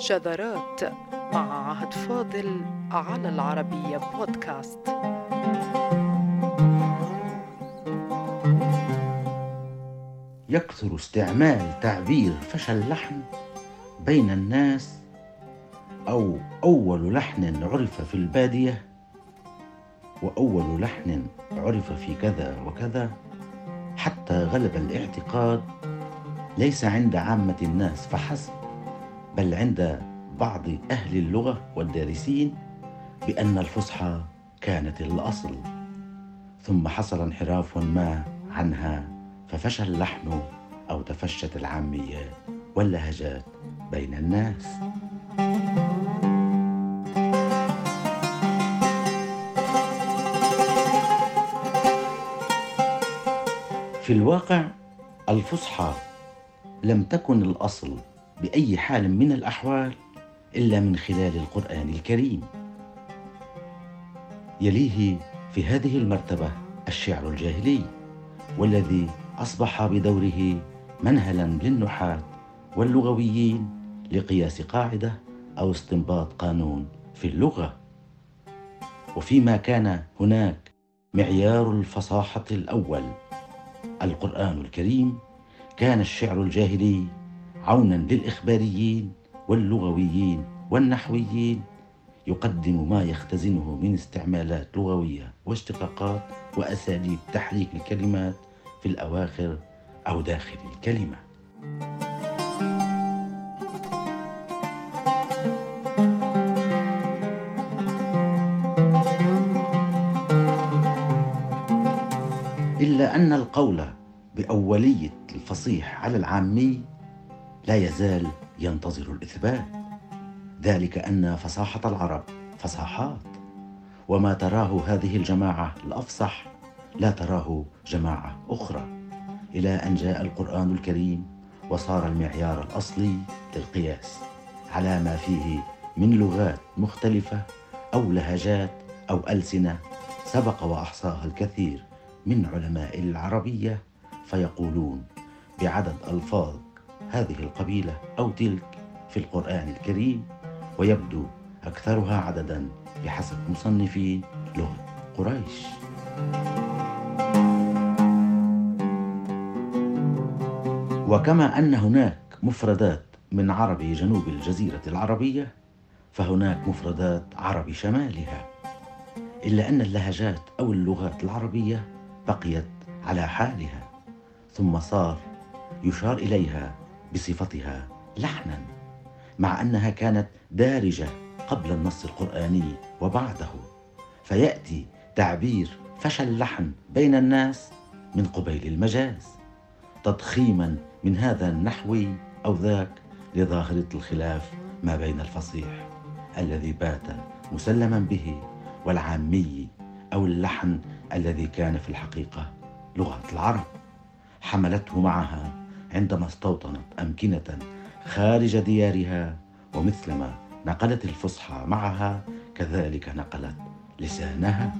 شذرات مع عهد فاضل على العربية بودكاست. يكثر استعمال تعبير فشل لحن بين الناس أو أول لحن عرف في البادية وأول لحن عرف في كذا وكذا، حتى غلب الاعتقاد ليس عند عامة الناس فحسب، بل عند بعض أهل اللغة والدارسين بأن الفصحى كانت الأصل، ثم حصل انحراف ما عنها ففشى اللحن أو تفشت العامية واللهجات بين الناس. في الواقع الفصحى لم تكن الأصل بأي حال من الأحوال إلا من خلال القرآن الكريم. يليه في هذه المرتبة الشعر الجاهلي، والذي أصبح بدوره منهلا للنحاة واللغويين لقياس قاعدة أو استنباط قانون في اللغة. وفيما كان هناك معيار الفصاحة الأول القرآن الكريم، كان الشعر الجاهلي عونا للإخباريين واللغويين والنحويين، يقدم ما يختزنه من استعمالات لغوية واشتقاقات وأساليب تحريك الكلمات في الأواخر أو داخل الكلمة. إلا أن القول بأولية الفصيح على العامي لا يزال ينتظر الإثبات، ذلك أن فصاحة العرب فصاحات، وما تراه هذه الجماعة الأفصح لا تراه جماعة أخرى، إلى أن جاء القرآن الكريم وصار المعيار الأصلي للقياس على ما فيه من لغات مختلفة أو لهجات أو ألسنة سبق وأحصاها الكثير من علماء العربية، فيقولون بعدد ألفاظ هذه القبيلة أو تلك في القرآن الكريم، ويبدو أكثرها عددا بحسب مصنفي لغة قريش. وكما أن هناك مفردات من عرب جنوب الجزيرة العربية، فهناك مفردات عرب شمالها، إلا أن اللهجات أو اللغات العربية بقيت على حالها، ثم صار يشار إليها بصفتها لحنا، مع أنها كانت دارجة قبل النص القرآني وبعده، فيأتي تعبير فشى اللحن بين الناس من قبيل المجاز، تضخيما من هذا النحو أو ذاك لظاهرة الخلاف ما بين الفصيح الذي بات مسلما به والعامي أو اللحن الذي كان في الحقيقة لغة العرب حملته معها عندما استوطنت أمكنة خارج ديارها، ومثلما نقلت الفصحى معها كذلك نقلت لسانها.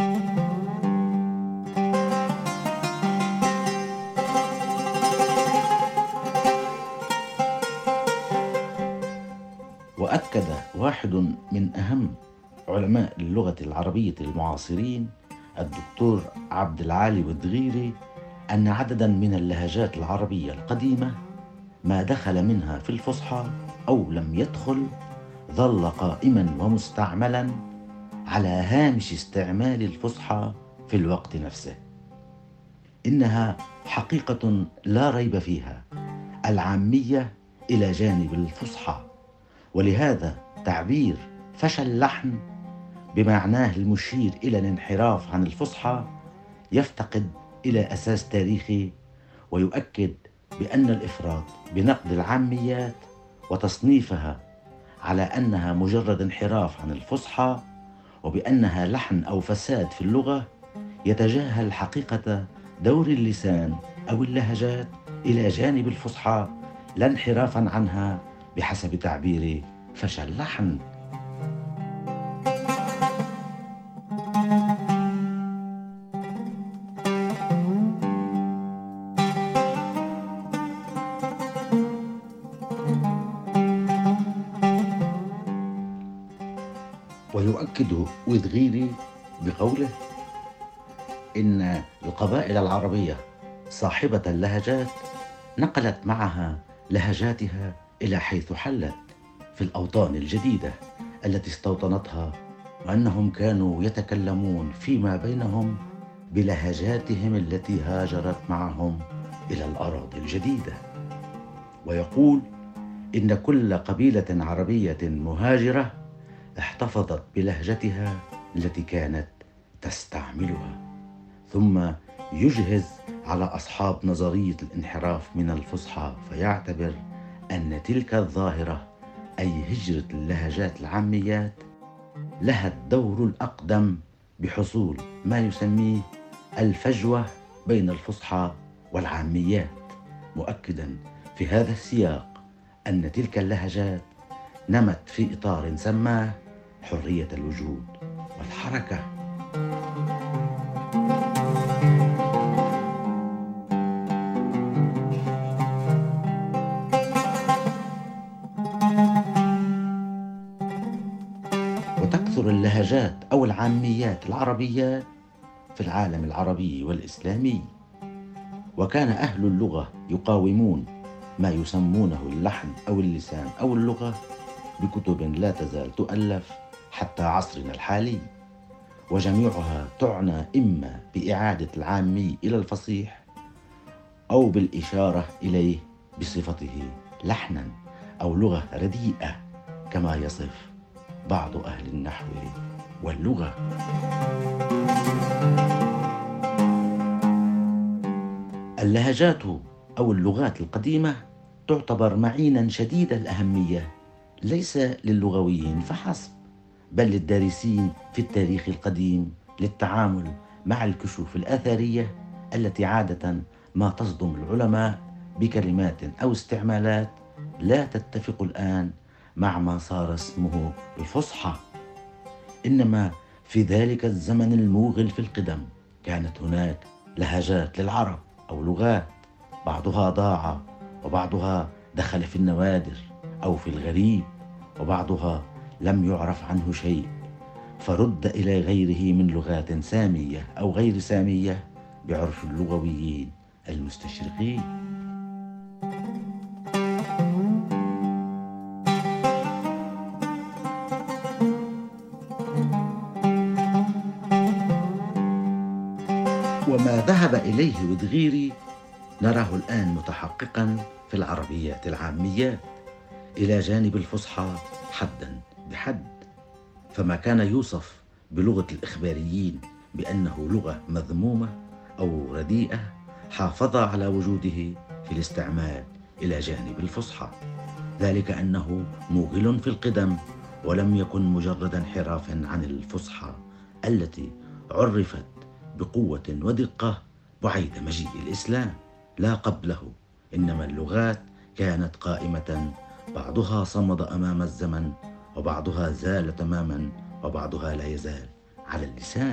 وأكد واحد من أهم علماء اللغة العربية المعاصرين الدكتور عبد العالي والدغيري أن عددا من اللهجات العربية القديمة ما دخل منها في الفصحى أو لم يدخل ظل قائما ومستعملا على هامش استعمال الفصحى في الوقت نفسه. إنها حقيقة لا ريب فيها العامية إلى جانب الفصحى، ولهذا تعبير فشى اللحن بمعناه المشير إلى الانحراف عن الفصحى يفتقد إلى أساس تاريخي، ويؤكد بأن الإفراط بنقد العاميات وتصنيفها على أنها مجرد انحراف عن الفصحى وبأنها لحن أو فساد في اللغة يتجاهل حقيقة دور اللسان أو اللهجات إلى جانب الفصحى لا انحرافا عنها بحسب تعبير فشى اللحن. يؤكد وذغيري بقوله إن القبائل العربية صاحبة اللهجات نقلت معها لهجاتها إلى حيث حلت في الأوطان الجديدة التي استوطنتها، وأنهم كانوا يتكلمون فيما بينهم بلهجاتهم التي هاجرت معهم إلى الأراضي الجديدة. ويقول إن كل قبيلة عربية مهاجرة احتفظت بلهجتها التي كانت تستعملها. ثم يجهز على أصحاب نظرية الانحراف من الفصحى فيعتبر أن تلك الظاهرة أي هجرة اللهجات العاميات لها الدور الأقدم بحصول ما يسميه الفجوة بين الفصحى والعاميات، مؤكدا في هذا السياق أن تلك اللهجات نمت في إطار سماه حرية الوجود والحركة. وتكثر اللهجات أو العاميات العربيات في العالم العربي والإسلامي، وكان أهل اللغة يقاومون ما يسمونه اللحن أو اللسان أو اللغة بكتب لا تزال تؤلف حتى عصرنا الحالي، وجميعها تعنى إما بإعادة العامي إلى الفصيح أو بالإشارة إليه بصفته لحنا أو لغة رديئة كما يصف بعض أهل النحو واللغة. اللهجات أو اللغات القديمة تعتبر معينا شديد الأهمية ليس للغويين فحسب، بل للدارسين في التاريخ القديم للتعامل مع الكشوف الآثارية التي عادة ما تصدم العلماء بكلمات أو استعمالات لا تتفق الآن مع ما صار اسمه الفصحى. إنما في ذلك الزمن الموغل في القدم كانت هناك لهجات للعرب أو لغات، بعضها ضاع وبعضها دخل في النوادر أو في الغريب، وبعضها لم يعرف عنه شيء فرد إلى غيره من لغات سامية أو غير سامية بعرف اللغويين المستشرقين. وما ذهب إليه وذغيري نراه الآن متحققا في العربيات العاميات إلى جانب الفصحى حدا بحد. فما كان يوصف بلغة الإخباريين بأنه لغة مذمومة أو رديئة حافظ على وجوده في الاستعمال إلى جانب الفصحى، ذلك أنه موغل في القدم ولم يكن مجرد انحراف عن الفصحى التي عرفت بقوة ودقة بعيد مجيء الإسلام لا قبله، إنما اللغات كانت قائمة، بعضها صمد أمام الزمن وبعضها زال تماما وبعضها لا يزال على اللسان.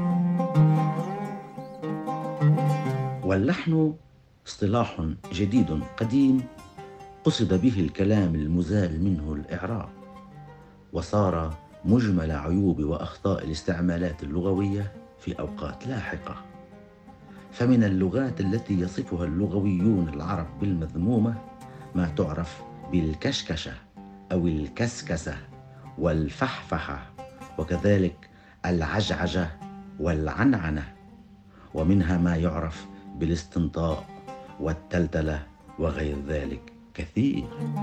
واللحن اصطلاح جديد قديم قصد به الكلام المزال منه الإعراب، وصار مجمل عيوب وأخطاء الاستعمالات اللغوية في أوقات لاحقة. فمن اللغات التي يصفها اللغويون العرب بالمذمومة ما تعرف بالكشكشة أو الكسكسة والفحفحة، وكذلك العجعجة والعنعنة، ومنها ما يعرف بالاستنطاء والتلتلة وغير ذلك كثير.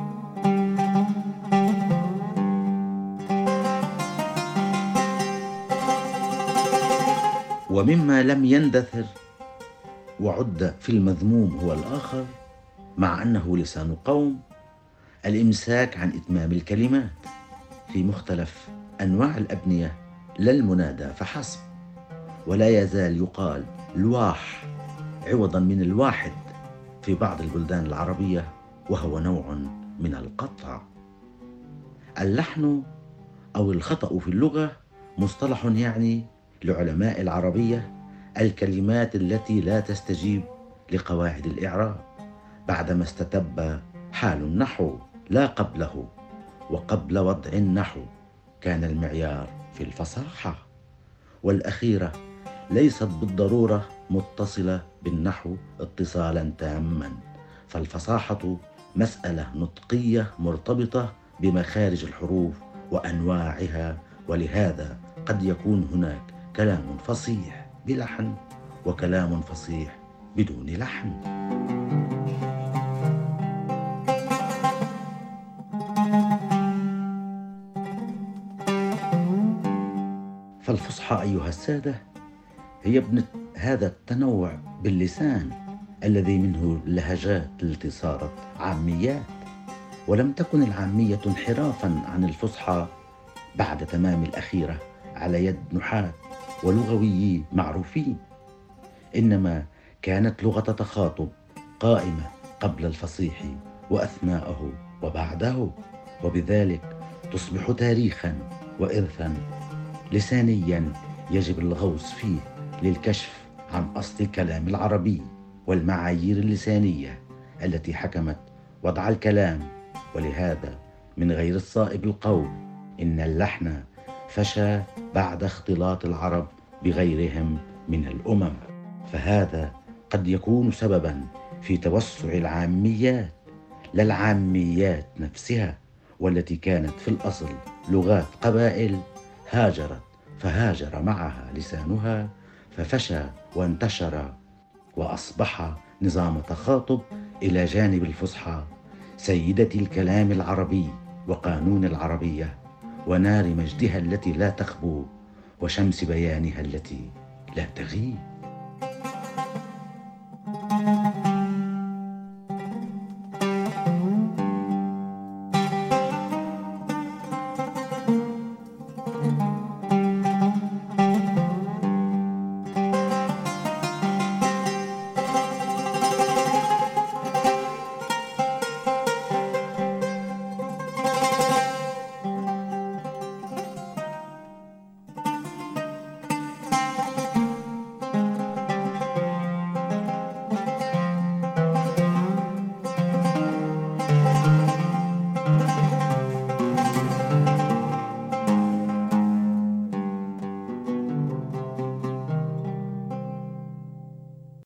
ومما لم يندثر وعد في المذموم هو الآخر مع أنه لسان قوم الإمساك عن إتمام الكلمات في مختلف أنواع الأبنية لا المنادى فحسب، ولا يزال يقال لواح عوضا من الواحد في بعض البلدان العربية، وهو نوع من القطع. اللحن أو الخطأ في اللغة مصطلح يعني لعلماء العربية الكلمات التي لا تستجيب لقواعد الإعراب بعدما استتب حال النحو لا قبله وقبل وضع النحو، كان المعيار في الفصاحة، والأخيرة ليست بالضرورة متصلة بالنحو اتصالا تاما، فالفصاحة مسألة نطقية مرتبطة بمخارج الحروف وأنواعها، ولهذا قد يكون هناك كلام فصيح بلحن وكلام فصيح بدون لحن. فالفصحى أيها السادة هي ابنة هذا التنوع باللسان الذي منه اللهجات التي صارت عاميات، ولم تكن العامية انحرافا عن الفصحى بعد تمام الأخيرة على يد نحاة ولغويي معروفين، إنما كانت لغة تخاطب قائمة قبل الفصيح وأثناءه وبعده، وبذلك تصبح تاريخا وإرثا لسانيا يجب الغوص فيه للكشف عن أصل الكلام العربي والمعايير اللسانية التي حكمت وضع الكلام. ولهذا من غير الصائب القول إن اللحن فشى بعد اختلاط العرب بغيرهم من الأمم، فهذا قد يكون سببا في توسع العاميات، لا العاميات نفسها والتي كانت في الأصل لغات قبائل هاجرت فهاجر معها لسانها ففشى وانتشر، وأصبح نظام تخاطب إلى جانب الفصحى سيدة الكلام العربي وقانون العربية ونار مجدها التي لا تخبو وشمس بيانها التي لا تغيب.